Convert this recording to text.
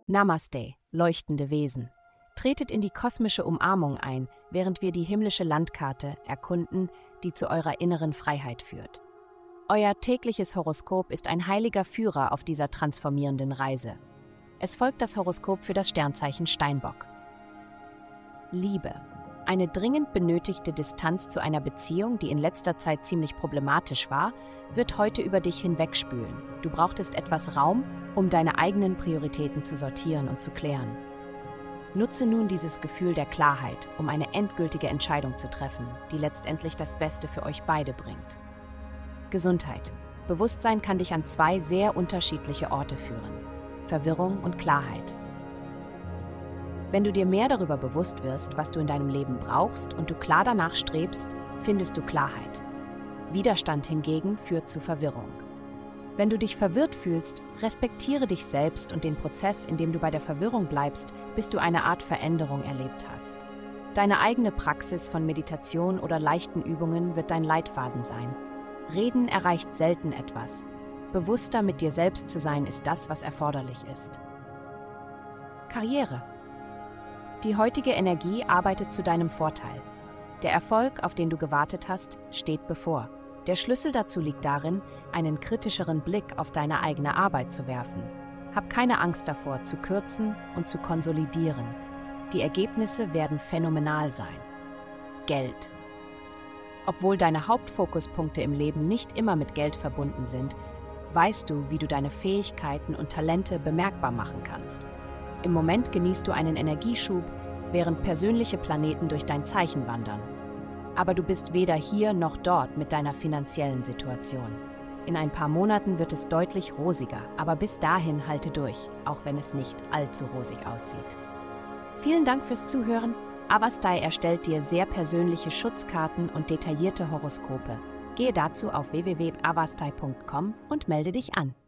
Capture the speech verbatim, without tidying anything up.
Namaste, leuchtende Wesen. Tretet in die kosmische Umarmung ein, während wir die himmlische Landkarte erkunden, die zu eurer inneren Freiheit führt. Euer tägliches Horoskop ist ein heiliger Führer auf dieser transformierenden Reise. Es folgt das Horoskop für das Sternzeichen Steinbock. Liebe. Eine dringend benötigte Distanz zu einer Beziehung, die in letzter Zeit ziemlich problematisch war, wird heute über dich hinwegspülen. Du brauchtest etwas Raum, um deine eigenen Prioritäten zu sortieren und zu klären. Nutze nun dieses Gefühl der Klarheit, um eine endgültige Entscheidung zu treffen, die letztendlich das Beste für euch beide bringt. Gesundheit. Bewusstsein kann dich an zwei sehr unterschiedliche Orte führen: Verwirrung und Klarheit. Wenn du dir mehr darüber bewusst wirst, was du in deinem Leben brauchst und du klar danach strebst, findest du Klarheit. Widerstand hingegen führt zu Verwirrung. Wenn du dich verwirrt fühlst, respektiere dich selbst und den Prozess, in dem du bei der Verwirrung bleibst, bis du eine Art Veränderung erlebt hast. Deine eigene Praxis von Meditation oder leichten Übungen wird dein Leitfaden sein. Reden erreicht selten etwas. Bewusster mit dir selbst zu sein, ist das, was erforderlich ist. Karriere. Die heutige Energie arbeitet zu deinem Vorteil. Der Erfolg, auf den du gewartet hast, steht bevor. Der Schlüssel dazu liegt darin, einen kritischeren Blick auf deine eigene Arbeit zu werfen. Hab keine Angst davor, zu kürzen und zu konsolidieren. Die Ergebnisse werden phänomenal sein. Geld. Obwohl deine Hauptfokuspunkte im Leben nicht immer mit Geld verbunden sind, weißt du, wie du deine Fähigkeiten und Talente bemerkbar machen kannst. Im Moment genießt du einen Energieschub, während persönliche Planeten durch dein Zeichen wandern. Aber du bist weder hier noch dort mit deiner finanziellen Situation. In ein paar Monaten wird es deutlich rosiger, aber bis dahin halte durch, auch wenn es nicht allzu rosig aussieht. Vielen Dank fürs Zuhören. Avastai erstellt dir sehr persönliche Schutzkarten und detaillierte Horoskope. Gehe dazu auf w w w punkt avastai punkt com und melde dich an.